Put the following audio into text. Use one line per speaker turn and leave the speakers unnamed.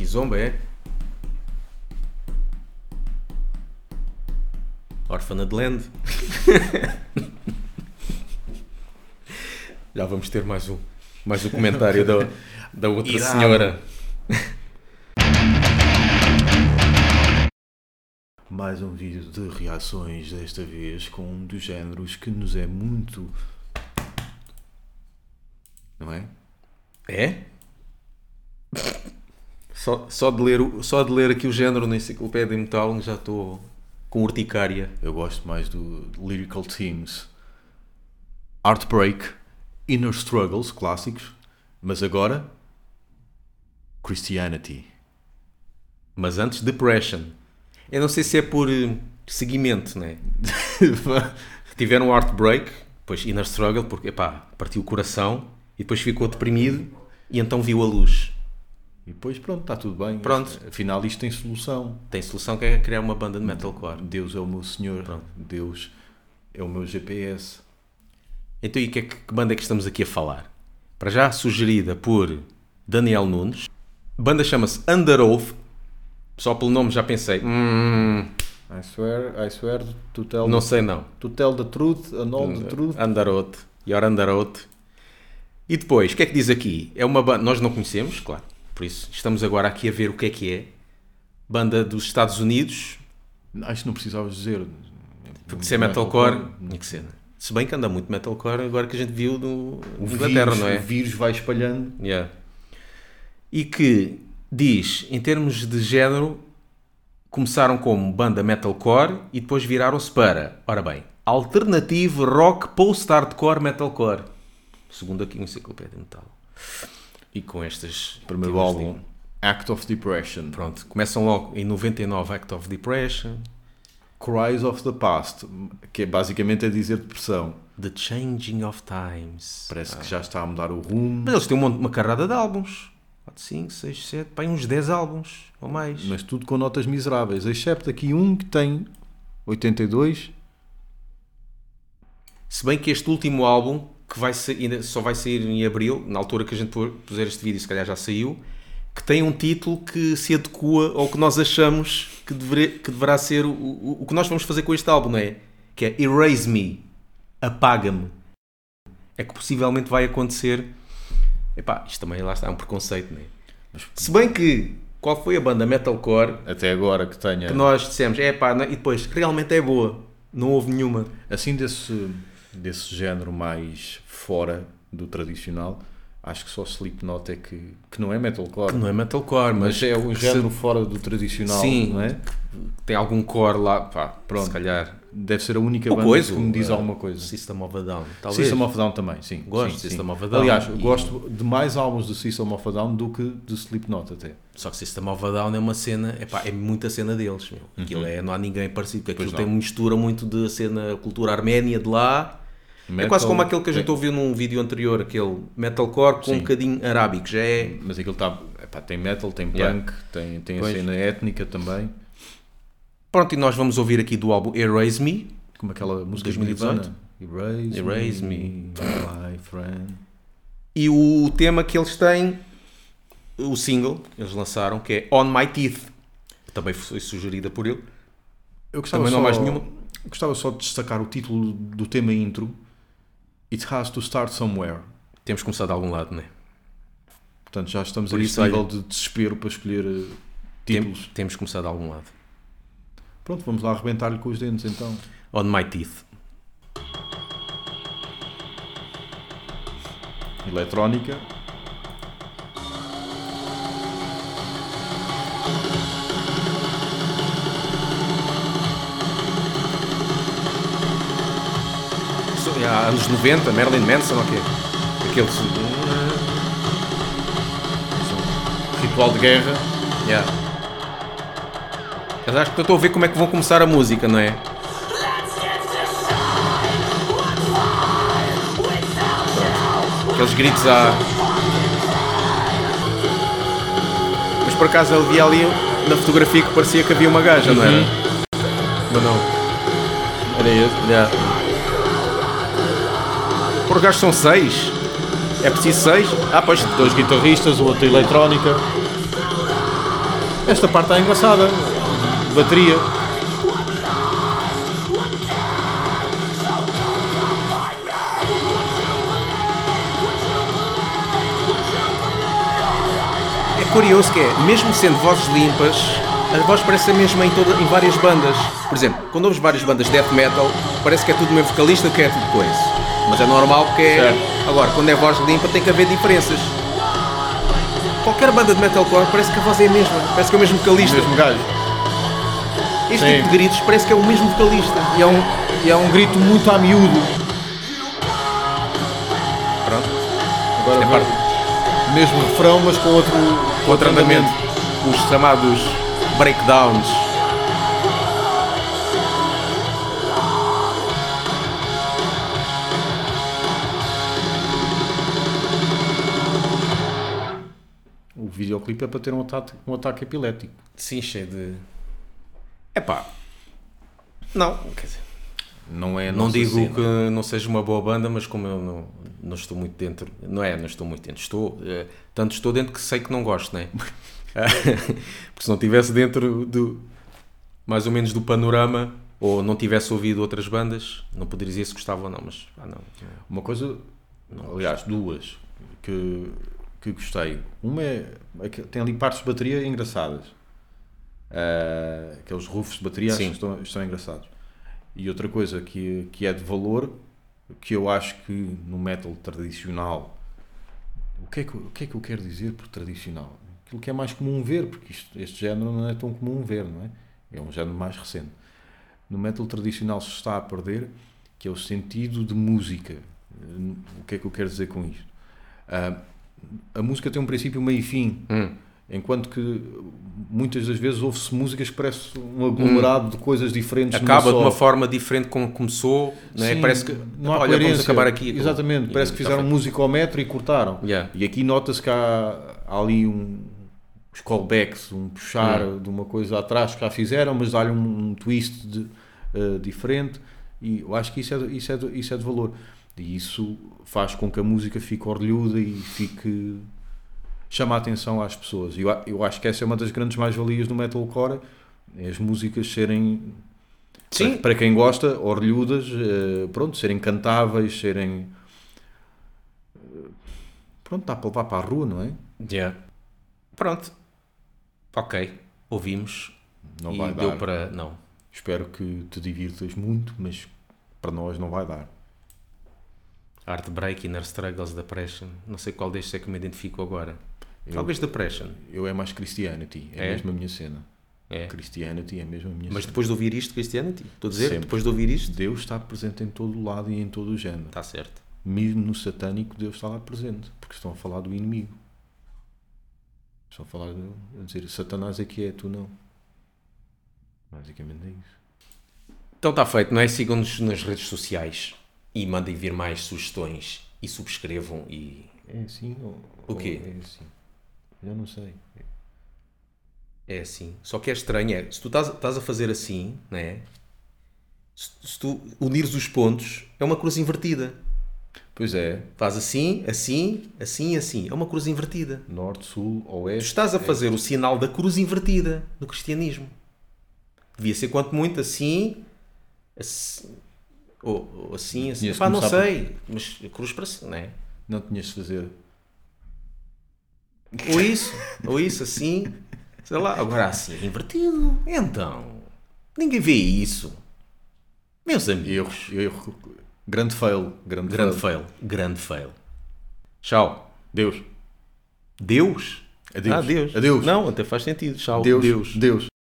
Kizomba é Órfana de Land. Já vamos ter mais um comentário da outra
Irado.
senhora.
Mais um vídeo de reações, desta vez com um dos géneros que nos é muito... Não é?
É? Só de ler aqui o género na Enciclopédia Metal já estou com urticária.
Eu gosto mais do Lyrical Themes. Heartbreak, Inner Struggles, clássicos. Mas agora... Christianity.
Mas antes, Depression. Eu não sei se é por seguimento, né? Tiveram um Heartbreak, depois Inner Struggle, porque partiu o coração e depois ficou deprimido e então viu a luz.
E depois pronto, está tudo bem.
Pronto.
Afinal isto tem solução.
Tem solução, que é criar uma banda de metalcore.
Deus é o meu Senhor.
Pronto.
Deus é o meu GPS.
Então, e que banda é que estamos aqui a falar? Para já, sugerida por Daniel Nunes. A banda chama-se Under Oath. Só pelo nome já pensei.
I swear to tell
Não sei não.
to tell the truth and all the truth.
Under Oath. Your Under Oath. E depois, o que é que diz aqui? É uma banda... Nós não conhecemos, claro. Por isso, estamos agora aqui a ver o que é. Banda dos Estados Unidos.
Acho que não precisavas dizer.
Porque se é metalcore, tinha que ser. Se bem que anda muito metalcore agora que a gente viu no Inglaterra, não é?
O vírus vai espalhando.
Yeah. E que diz, em termos de género, começaram como banda metalcore e depois viraram-se para, ora bem, alternativo rock post-hardcore metalcore. Segundo aqui o Enciclopédia Metal. E com estas...
Primeiro álbum, Act of Depression.
Pronto, começam logo em 99, Act of Depression.
Cries of the Past, que é basicamente a dizer depressão.
The Changing of Times.
Parece que já está a mudar o rumo.
Mas eles têm uma carrada de álbuns. 4, 5, 6, 7, pá, uns 10 álbuns ou mais.
Mas tudo com notas miseráveis, excepto aqui um que tem 82.
Se bem que este último álbum, que só vai sair em abril, na altura que a gente puser este vídeo, se calhar já saiu, que tem um título que se adequa ao que nós achamos que deverá ser o que nós vamos fazer com este álbum, não é? Que é Erase Me, apaga-me. É que possivelmente vai acontecer. Epá, isto também lá está, é um preconceito, não é? Se bem que, qual foi a banda metalcore
Até agora que tenha...
que nós dissemos, e depois, realmente é boa, não houve nenhuma.
Assim desse género mais fora do tradicional, acho que só Slipknot é que não é metalcore.
Que não é metalcore,
Mas é um género fora do tradicional,
sim,
não é?
Tem algum core lá, pá, pronto. Se calhar.
Deve ser a única
Ou
banda que me diz alguma coisa.
System of a Down, talvez.
System of a Down também, sim.
Gosto de System of a Down.
Aliás, gosto de mais álbuns do System of a Down do que de Slipknot até.
Só que System of a Down é uma cena, é muita cena deles, meu. Aquilo não há ninguém parecido, porque aquilo tem uma mistura muito de cena, cultura arménia de lá. Metal, é quase como aquele que a gente ouviu num vídeo anterior, aquele metalcore com um bocadinho arábico, já é...
Mas aquilo tem metal, tem punk, tem a cena étnica também.
Pronto, e nós vamos ouvir aqui do álbum Erase Me,
como aquela música
2018.
Erase me, my friend.
E o tema que eles têm, o single que eles lançaram, que é On My Teeth, que também foi sugerida por ele.
Eu gostava só de destacar o título do tema intro. It has to start somewhere.
Temos começado de algum lado, não é?
Portanto, já estamos a esse nível de desespero para escolher títulos.
Temos começado de algum lado.
Pronto, vamos lá arrebentar-lhe com os dentes então.
On My Teeth.
Eletrónica.
Há anos 90, Marilyn Manson ou quê? Aquele
ritual de guerra.
Yeah. Mas acho que eu estou a ver como é que vão começar a música, não é? Aqueles gritos Mas por acaso havia ali na fotografia que parecia que havia uma gaja, não era? Mas não. Era esse? Yeah. Por acaso são 6? É preciso 6?
Pois, 2 guitarristas, o outro eletrónica. Esta parte está engraçada. Bateria.
É curioso que é, mesmo sendo vozes limpas, a voz parece a mesma em várias bandas. Por exemplo, quando ouves várias bandas de death metal, parece que é tudo o mesmo vocalista, que é tudo coisa. Mas é normal porque é...
Certo.
Agora, quando é voz limpa tem que haver diferenças. Qualquer banda de metalcore parece que a voz é a mesma, parece que é o mesmo vocalista.
Mesmo gajo.
Este
Sim.
tipo de gritos parece que é o mesmo vocalista.
E é um grito muito a miúdo.
Pronto.
Agora
É parte
mesmo refrão, mas com
outro andamento. Os chamados breakdowns.
O videoclipe é para ter um ataque epilético.
Sim, cheio de... Epá. Não, quer dizer...
Não é a
Não
nossa
digo
cena.
que não seja uma boa banda, mas como eu não estou muito dentro... Não estou muito dentro. Tanto estou dentro que sei que não gosto, não é? Porque se não estivesse dentro mais ou menos do panorama, ou não tivesse ouvido outras bandas, não poderia dizer se gostava ou não, mas... não.
Uma coisa, aliás, duas que gostei. Uma tem ali partes de bateria engraçadas. Aqueles riffs de bateria acho que estão engraçados. E outra coisa que é de valor, que eu acho que no metal tradicional, o que é que eu quero dizer por tradicional? Aquilo que é mais comum ver, porque este género não é tão comum ver, não é? É um género mais recente. No metal tradicional se está a perder, que é o sentido de música. O que é que eu quero dizer com isto? A música tem um princípio, meio e fim. Enquanto que muitas das vezes ouve-se músicas que parece um aglomerado de coisas diferentes.
Acaba de uma forma diferente como começou, não é?
Sim,
Parece que
não há
olha,
coerência.
vamos acabar aqui.
Exatamente, parece que fizeram música ao metro e cortaram.
Yeah.
E aqui nota-se que há ali uns callbacks, um puxar de uma coisa atrás que já fizeram, mas dá-lhe um twist diferente. E eu acho que isso é de valor. E isso faz com que a música fique orlhuda e chama a atenção às pessoas. Eu acho que essa é uma das grandes mais-valias do metalcore, é as músicas serem, para quem gosta, orlhudas, serem cantáveis, serem... dá para levar para a rua, não é?
Yeah. Pronto. Ok. Ouvimos.
Não
e
vai
deu
dar.
para... Não.
Espero que te divirtas muito, mas para nós não vai dar.
Heartbreak, Inner Struggles, Depression. Não sei qual destes é que me identifico agora. Talvez Depression.
Eu é mais Christianity, é mesmo a minha cena.
É.
Christianity é mesmo a minha
Mas
cena.
depois de ouvir isto, Christianity? Estou a dizer,
Sempre.
depois de ouvir isto...
Deus está presente em todo o lado e em todo o género.
Está certo.
Mesmo no satânico, Deus está lá presente, porque estão a falar do inimigo. Estão a falar, a dizer, Satanás é que é, tu não. Basicamente é isso.
Então está feito, não é? Sigam-nos nas redes sociais e mandem vir mais sugestões e subscrevam e...
É assim
O quê?
É assim. Já não sei.
É assim. Só que é estranho, se tu estás a fazer assim, não é? Se tu unires os pontos, é uma cruz invertida.
Pois é.
Faz assim, assim, assim, assim. É uma cruz invertida.
Norte, sul,
Tu
oeste.
estás a fazer o sinal da cruz invertida no cristianismo. Devia ser quanto muito assim, assim ou assim, assim.
Tinhas
Pá, não
começar
sei, mas a cruz para cima, não é?
Não tinhas de fazer.
Ou isso, assim, sei lá. Agora assim, invertido. Então, ninguém vê isso. Meus amigos.
Erro. Grande fail.
Grande fail. Tchau.
Deus.
Deus?
Adeus.
Deus.
Adeus.
Não, até faz sentido. Tchau.
Deus.